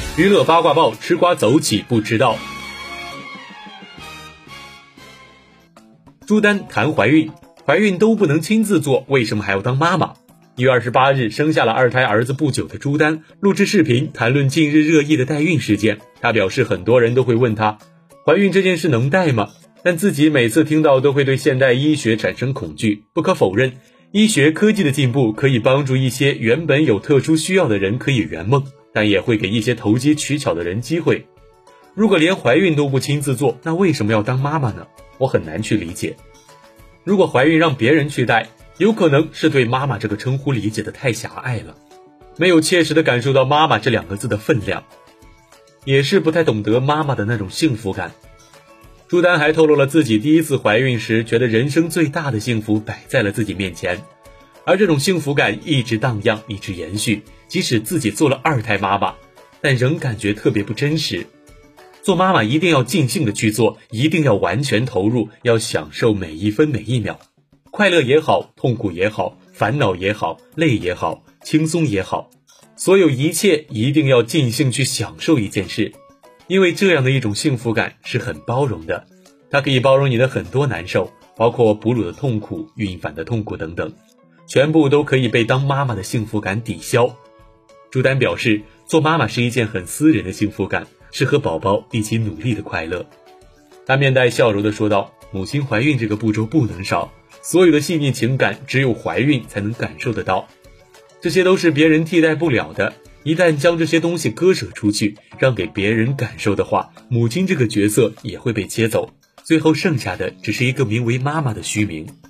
娱乐八卦报，吃瓜走起不知道。朱丹谈怀孕都不能亲自做，为什么还要当妈妈？1月28日生下了2胎儿子不久的朱丹录制视频谈论近日热议的代孕事件。她表示很多人都会问她，怀孕这件事能带吗？但自己每次听到都会对现代医学产生恐惧。不可否认，医学科技的进步可以帮助一些原本有特殊需要的人可以圆梦，但也会给一些投机取巧的人机会。如果连怀孕都不亲自做，那为什么要当妈妈呢？我很难去理解。如果怀孕让别人去带，有可能是对妈妈这个称呼理解的太狭隘了，没有切实的感受到妈妈这2个字的分量，也是不太懂得妈妈的那种幸福感。朱丹还透露了自己第一次怀孕时觉得人生最大的幸福摆在了自己面前，而这种幸福感一直荡漾，一直延续，即使自己做了2胎妈妈，但仍感觉特别不真实。做妈妈一定要尽兴的去做，一定要完全投入，要享受每一分每一秒，快乐也好，痛苦也好，烦恼也好，累也好，轻松也好，所有一切一定要尽兴去享受一件事，因为这样的一种幸福感是很包容的，它可以包容你的很多难受，包括哺乳的痛苦、孕反的痛苦等等，全部都可以被当妈妈的幸福感抵消。朱丹表示，做妈妈是一件很私人的幸福感，是和宝宝一起努力的快乐。她面带笑容地说道，母亲怀孕这个步骤不能少，所有的细腻情感只有怀孕才能感受得到，这些都是别人替代不了的。一旦将这些东西割舍出去，让给别人感受的话，母亲这个角色也会被切走，最后剩下的只是一个名为妈妈的虚名。